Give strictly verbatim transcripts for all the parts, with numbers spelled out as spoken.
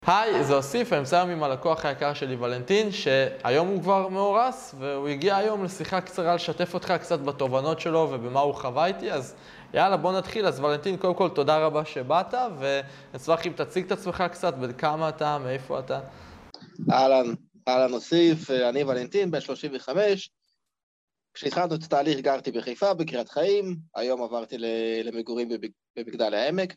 היי, זה אוסיף, אני מסיים עם הלקוח היקר שלי ולנטין, שהיום הוא כבר מאורס, והוא הגיע היום לשיחה קצרה לשתף אותך קצת בתובנות שלו ובמה הוא חווה איתי, אז יאללה, בוא נתחיל. אז ולנטין, קודם כל תודה רבה שבאת, ונצטרך אם תציג את עצמך קצת, בכמה אתה, מאיפה אתה. אהלן, אהלן אוסיף, אני ולנטין, בן שלושים וחמש. כשהתחלנו את התהליך גרתי בחיפה, בקריית חיים, היום עברתי למגורים במגדל העמק.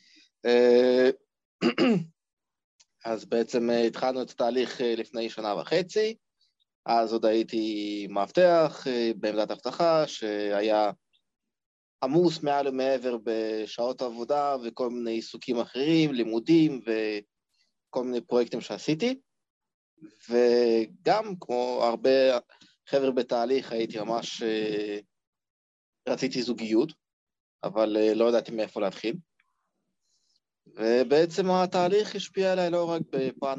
אז בעצם התחלנו את התהליך לפני שנה וחצי, אז עוד הייתי מאבטח בעמדת אבטחה, שהיה עמוס מעל ומעבר בשעות עבודה וכל מיני עיסוקים אחרים, לימודים וכל מיני פרויקטים שעשיתי, וגם כמו הרבה חבר'ה בתהליך הייתי ממש, רציתי זוגיות, אבל לא ידעתי מאיפה להתחיל. ובעצם התהליך השפיע עליי לא רק בפן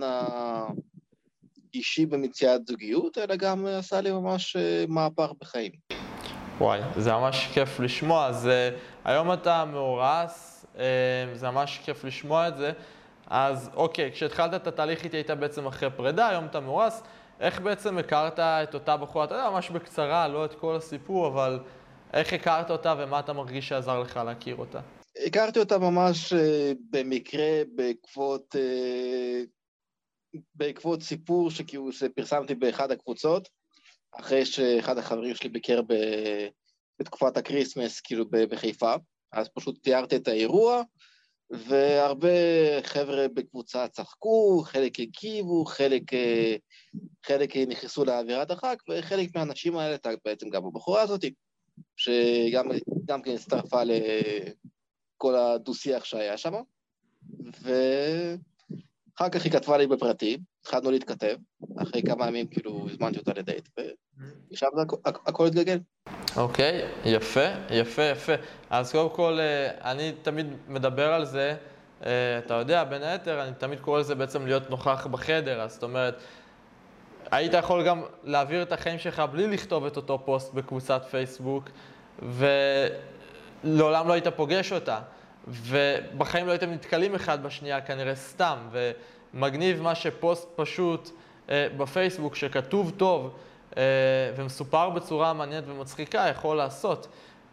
האישי במציאת זוגיות, אלא גם עשה לי ממש מהפך בחיים. וואי, זה ממש כיף לשמוע. אז uh, היום אתה מאורס, uh, זה ממש כיף לשמוע את זה. אז אוקיי, כשהתחלת את התהליך איתי היית בעצם אחרי פרידה, היום אתה מאורס. איך בעצם הכרת את אותה בחורה? אתה יודע, ממש בקצרה, לא את כל הסיפור, אבל איך הכרת אותה ומה אתה מרגיש שעזר לך להכיר אותה? הכרתי אותה ממש uh, במקרה, בעקבות, uh, בעקבות סיפור שכאילו שפרסמתי באחד הקבוצות, אחרי שאחד החברים שלי ביקר ב... בתקופת הקריסמס, כאילו בחיפה, אז פשוט תיארתי את האירוע, והרבה חבר'ה בקבוצה צחקו, חלק הגיבו, חלק, חלק נכנסו לאווירת החג, וחלק מהאנשים האלה, בעצם גם הבחורה הזאת, שגם גם כן הצטרפה לכל הדו-שיח שהיה שם, ואחר כך היא כתבה לי בפרטי, התחלנו להתכתב, אחרי כמה ימים כאילו הזמנתי אותה לדייט, ושם הכל התגלגל. אוקיי, יפה, יפה, יפה. אז קודם כל, אני תמיד מדבר על זה, אתה יודע, בין היתר, אני תמיד קורא לזה בעצם להיות נוכח בחדר, אז זאת אומרת, היית יכול גם להעביר את החיים שלך בלי לכתוב את אותו פוסט בקבוצת פייסבוק, ולעולם לא היית פוגש אותה, ובחיים לא הייתם נתקלים אחד בשנייה, כנראה סתם, ומגניב מה שפוסט פשוט בפייסבוק שכתוב טוב, ומסופר בצורה מעניינת ומצחיקה, יכול לעשות.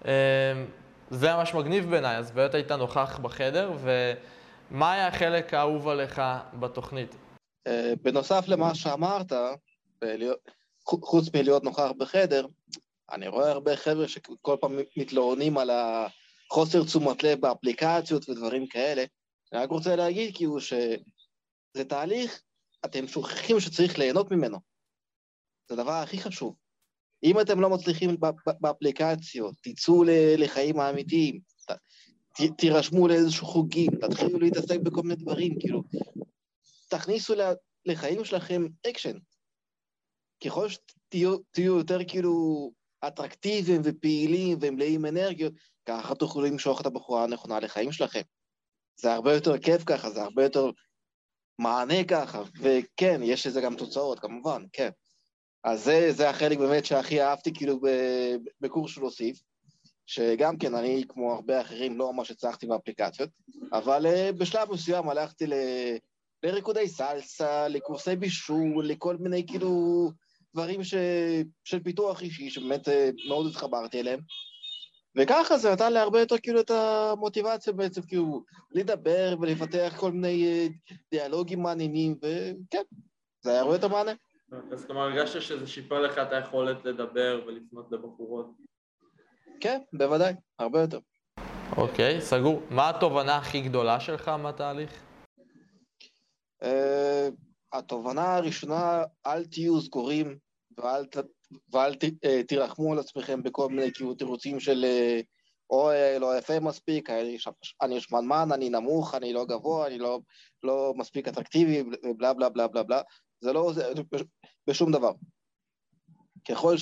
זה ממש מגניב בעיניי, אז באמת היית נוכח בחדר, ומה היה החלק האהוב עליך בתוכנית? בנוסף למה שאמרת, חוץ מלהיות נוכח בחדר, אני רואה הרבה חבר'ה שכל פעם מתלוננים על החוסר תשומת לב באפליקציות ודברים כאלה. אני רק רוצה להגיד כאילו שזה תהליך, אתם שוכחים שצריך ליהנות ממנו. זה הדבר הכי חשוב. אם אתם לא מצליחים באפליקציות, תצאו לחיים האמיתיים, תירשמו לאיזשהו חוגים, תתחילו להתעסק בכל מיני דברים, כאילו, תכניסו לחיים שלכם אקשן. ככל שתהיו יותר כאילו אטרקטיביים ופעילים ומלאים אנרגיות, ככה תוכלו למשוך את הבחורה הנכונה לחיים שלכם. זה הרבה יותר כיף ככה, זה הרבה יותר מענה ככה, וכן, יש לזה גם תוצאות, כמובן, כן. אז זה, זה החלק באמת שהכי אהבתי כאילו בקורס של אוסיף, שגם כן אני כמו הרבה אחרים לא ממש הצלחתי באפליקציות, אבל בשלב מסוים הלכתי ל... לריקודי סלסה, לקורסי בישול, לכל מיני כאילו דברים ש... של פיתוח אישי, שבאמת מאוד התחברתי אליהם, וככה זה נתן לי הרבה יותר כאילו את המוטיבציה בעצם כאילו לדבר ולפתח כל מיני דיאלוגים מעניינים, וכן, זה היה הרבה יותר מענה. אז כלומר, הרגשת שזה שיפר לך את היכולת לדבר ולפנות לבחורות? כן, בוודאי, הרבה יותר. אוקיי, סגור. מה התובנה הכי גדולה שלך מהתהליך? התובנה הראשונה, אל תהיו סגורים ואל, ואל תרחמו על עצמכם בכל מיני תירוצים של אוי, לא יפה מספיק, אני שמנמן, אני נמוך, אני לא גבוה, אני לא, לא מספיק אטרקטיבי, בלה בלה בלה בלה בלה. זה לא זה בשום דבר. ככל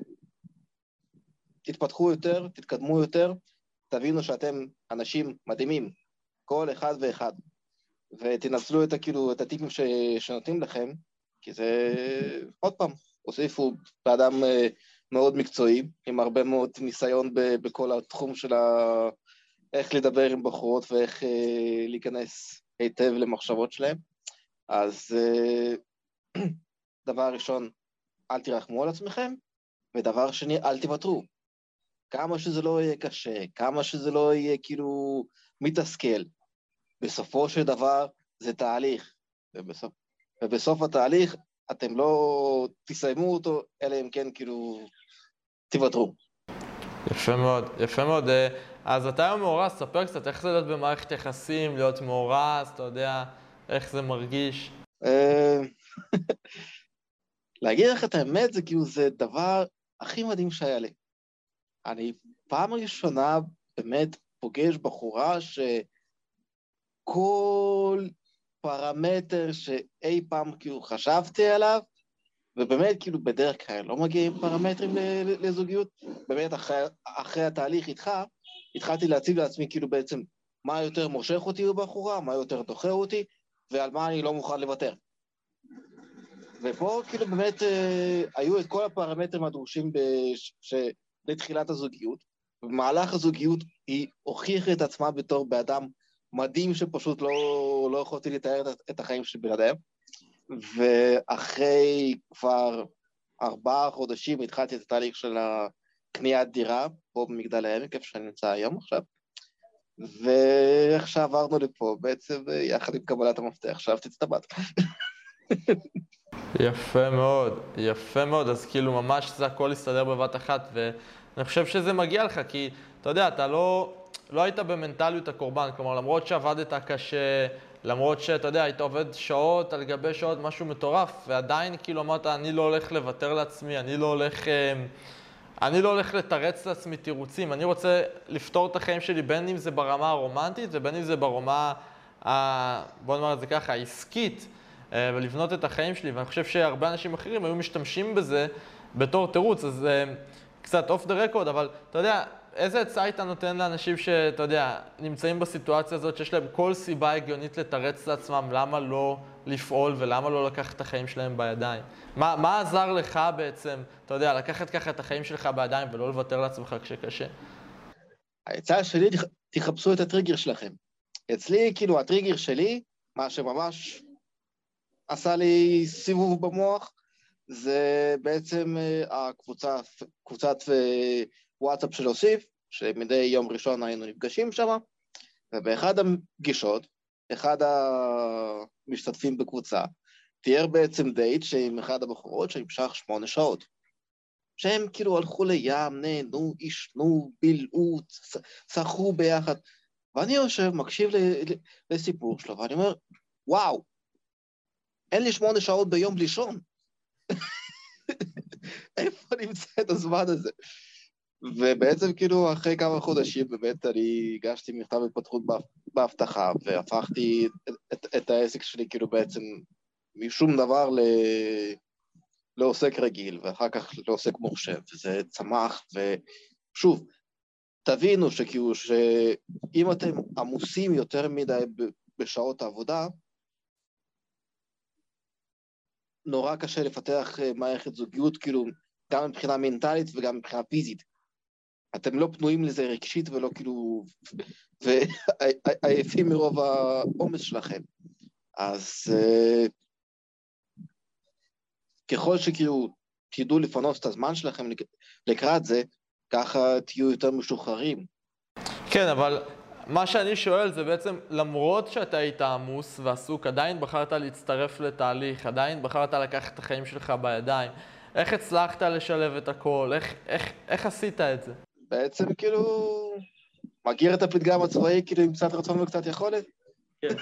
שתתפתחו יותר, תתקדמו יותר, תבינו שאתם אנשים מדהימים, כל אחד ואחד, ותנצלו את, כאילו, את הטיפים ש... שנותנים לכם, כי זה, עוד פעם, הוסיפו באדם מאוד מקצועי, עם הרבה מאוד ניסיון ב... בכל התחום של ה... איך לדבר עם בחורות ואיך להיכנס היטב למחשבות שלהם, אז דבר ראשון, אל תרחמו על עצמכם, ודבר שני, אל תוותרו. כמה שזה לא יהיה קשה, כמה שזה לא יהיה כאילו מתסכל, בסופו של דבר זה תהליך, ובסוף, ובסוף התהליך אתם לא תסיימו אותו, אלא אם כן כאילו תוותרו. יפה מאוד, יפה מאוד. אז אתה היום מאורס, ספר קצת איך זה להיות במערכת יחסים, להיות מאורס, אתה יודע, איך זה מרגיש? להגיד לך את האמת, זה כאילו זה דבר הכי מדהים שהיה לי. אני פעם ראשונה באמת פוגש בחורה שכל פרמטר שאי פעם כאילו חשבתי עליו, ובאמת כאילו בדרך כלל לא מגיעים פרמטרים לזוגיות, באמת אחרי, אחרי התהליך איתך, התחלתי להציב לעצמי כאילו בעצם מה יותר מושך אותי בבחורה, מה יותר דוחה אותי, ועל מה אני לא מוכן לוותר. ופה כאילו באמת אה, היו את כל הפרמטרים הדרושים בש... לתחילת הזוגיות, ובמהלך הזוגיות היא הוכיחה את עצמה בתור באדם מדהים שפשוט לא, לא יכולתי לתאר את, את החיים שלי בלעדיהם, ואחרי כבר ארבעה חודשים התחלתי את התהליך של קניית דירה, פה במגדל העמק, איפה שאני נמצא היום עכשיו, ואיך שעברנו לפה, בעצם יחד עם קבלת המפתח, שאהבתי את הבת. יפה מאוד, יפה מאוד, אז כאילו ממש זה הכל יסתדר בבת אחת, ואני חושב שזה מגיע לך, כי אתה יודע, אתה לא, לא היית במנטליות הקורבן, כלומר למרות שעבדת קשה, למרות שאתה יודע, היית עובד שעות על גבי שעות, משהו מטורף, ועדיין כאילו אמרת, אני לא הולך לוותר לעצמי, אני לא הולך, אני לא הולך לתרץ לעצמי תירוצים, אני רוצה לפתור את החיים שלי, בין אם זה ברמה הרומנטית, ובין אם זה ברמה, בוא נאמר את זה ככה, העסקית, ולבנות את החיים שלי, ואני חושב שהרבה אנשים אחרים היו משתמשים בזה בתור תירוץ, אז קצת off the record, אבל אתה יודע, איזה עצה היית נותן לאנשים שאתה יודע, נמצאים בסיטואציה הזאת, שיש להם כל סיבה הגיונית לתרץ לעצמם, למה לא לפעול ולמה לא לקחת את החיים שלהם בידיים? מה, מה עזר לך בעצם, אתה יודע, לקחת ככה את החיים שלך בידיים ולא לוותר לעצמך כשקשה? העצה שלי, תחפשו את הטריגר שלכם. אצלי, כאילו, הטריגר שלי, מה שממש עשה לי סיבוב במוח, זה בעצם הקבוצה, קבוצת וואטסאפ של אוסיף, שמדי יום ראשון היינו נפגשים שם, ובאחד הפגישות, אחד המשתתפים בקבוצה, תיאר בעצם דייט שעם אחד הבחורות שנמשך שמונה שעות. שהם כאילו הלכו לים, נהנו, ישנו, בילעו, צחו ביחד, ואני יושב, מקשיב לסיפור שלו, ואני אומר, וואו, אין לי שמונה שעות ביום לישון. איפה נמצא את הזמן הזה? ובעצם כאילו אחרי כמה חודשים באמת אני הגשתי מכתב התפתחות בהבטחה, והפכתי את, את, את העסק שלי כאילו בעצם משום דבר ל... לעוסק רגיל, ואחר כך לעוסק מורשה, וזה צמח, ושוב, תבינו שכאילו שאם אתם עמוסים יותר מדי בשעות העבודה, נורא קשה לפתח מערכת זוגיות, כאילו, גם מבחינה מנטלית וגם מבחינה פיזית. אתם לא פנויים לזה רגשית ולא כאילו, ועייפים מרוב העומס שלכם. אז ככל שכאילו תדעו לפנות את הזמן שלכם לקראת זה, ככה תהיו יותר משוחררים. כן, אבל מה שאני שואל זה בעצם, למרות שאתה היית עמוס ועסוק, עדיין בחרת להצטרף לתהליך, עדיין בחרת לקחת את החיים שלך בידיים. איך הצלחת לשלב את הכל? איך, איך, איך עשית את זה? בעצם כאילו, מכיר את הפתגם הצבאי, כאילו עם קצת רצון וקצת יכולת? כן.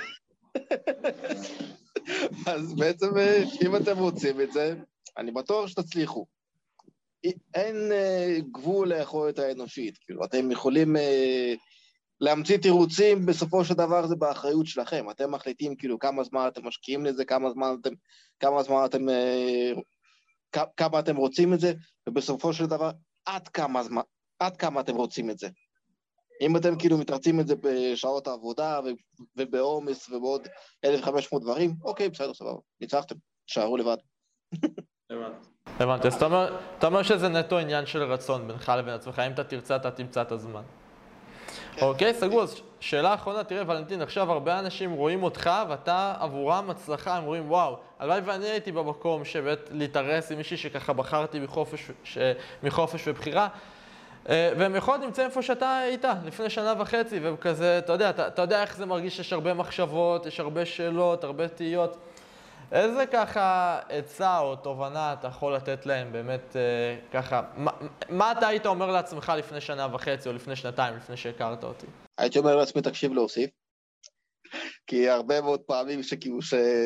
אז בעצם, אם אתם רוצים את זה, אני בטוח שתצליחו. אין גבול ליכולת האנושית, כאילו, אתם יכולים להמציא תירוצים, בסופו של דבר זה באחריות שלכם, אתם מחליטים כאילו כמה זמן אתם משקיעים לזה, כמה זמן אתם, כמה זמן אתם, כמה אתם רוצים את זה, ובסופו של דבר, עד כמה זמן, עד כמה אתם רוצים את זה. אם אתם כאילו מתרצים את זה בשעות העבודה ובעומס ובעוד אלף וחמש מאות דברים, אוקיי, בסדר, סבבה, ניצחתם, שערו לבד. הבנתי, אז אתה אומר שזה נטו עניין של רצון בינך לבין עצמך, אם אתה תרצה, אתה תמצא את הזמן. אוקיי, סגור. אז שאלה אחרונה, תראה, ולנטין, עכשיו הרבה אנשים רואים אותך, ואתה עבורם הצלחה, הם רואים, וואו, הלוואי ואני הייתי במקום שבאמת להתארס עם מישהי שככה בחרתי מחופש, ש... מחופש ובחירה, והם יכול להיות נמצאים איפה שאתה היית לפני שנה וחצי, והם כזה, אתה יודע, אתה, אתה יודע איך זה מרגיש, יש הרבה מחשבות, יש הרבה שאלות, הרבה תהיות. איזה ככה עצה או תובנה אתה יכול לתת להם באמת ככה, מה, מה אתה היית אומר לעצמך לפני שנה וחצי או לפני שנתיים, לפני שהכרת אותי? הייתי אומר לעצמי, תקשיב להוסיף, כי הרבה מאוד פעמים שכאילו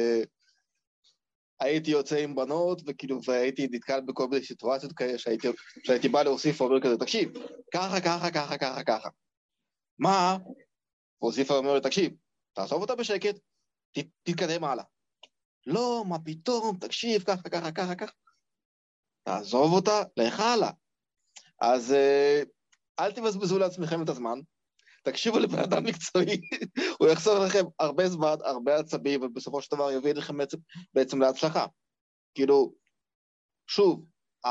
שהייתי יוצא עם בנות, וכאילו והייתי נתקל בכל מיני סיטואציות כאלה, שהייתי, שהייתי בא להוסיף ואומר כזה, תקשיב, ככה, ככה, ככה, ככה, ככה. מה? והוסיף ואומר, תקשיב, תעזוב אותה בשקט, ת, תתקדם הלאה. לא, מה פתאום, תקשיב, ככה, ככה, ככה, ככה. תעזוב אותה, לך הלאה. אז אל תבזבזו לעצמכם את הזמן, תקשיבו לבן אדם מקצועי, הוא יחסוך לכם הרבה זמן, הרבה עצבים, ובסופו של דבר יביא לכם בעצם, בעצם להצלחה. כאילו, שוב, ה...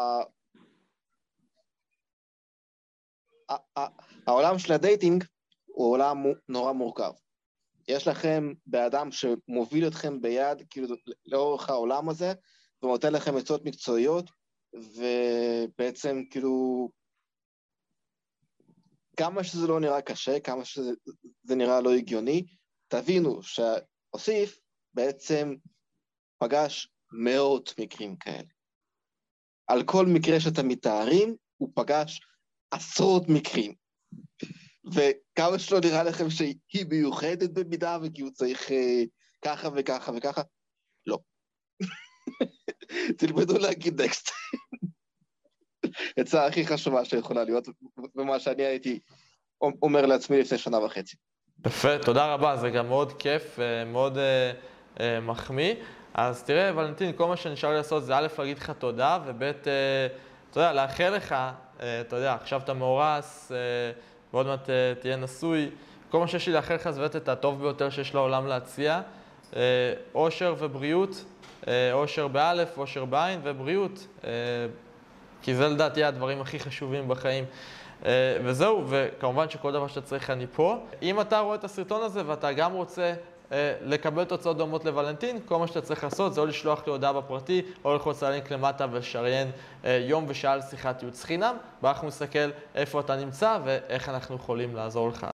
ה... ה... העולם של הדייטינג הוא עולם נורא מורכב. יש לכם באדם שמוביל אתכם ביד, כאילו, לאורך העולם הזה, ונותן לכם עצות מקצועיות, ובעצם, כאילו, כמה שזה לא נראה קשה, כמה שזה נראה לא הגיוני, תבינו שהוסיף בעצם פגש מאות מקרים כאלה. על כל מקרה שאתם מתארים, הוא פגש עשרות מקרים. וכמה שלא נראה לכם שהיא מיוחדת במידה, וכי הוא צריך אה, ככה וככה וככה, לא. תלמדו להגיד נקסט. עצה הכי חשובה שיכולה להיות, ומה שאני הייתי אומר לעצמי לפני שנה וחצי. יפה, תודה רבה, זה גם מאוד כיף, מאוד אה, אה, מחמיא. אז תראה, ולנטין, כל מה שנשאר לי לעשות זה א', להגיד לך תודה, וב', אה, אתה יודע, לאחל לך, אה, אתה יודע, עכשיו אתה מאורס, אה, ועוד מעט אה, תהיה נשוי. כל מה שיש לי לאחל לך זה באמת את הטוב ביותר שיש לעולם להציע. אה, אושר ובריאות, אה, אושר באלף, אושר בעין ובריאות. אה, כי זה לדעתי הדברים הכי חשובים בחיים. וזהו, וכמובן שכל דבר שאתה צריך אני פה. אם אתה רואה את הסרטון הזה ואתה גם רוצה לקבל תוצאות דומות לוולנטין, כל מה שאתה צריך לעשות זה או לשלוח לי הודעה בפרטי, או ללחוץ על הלינק למטה ולשריין יום ושעה לשיחת ייעוץ חינם, ואנחנו נסתכל איפה אתה נמצא ואיך אנחנו יכולים לעזור לך.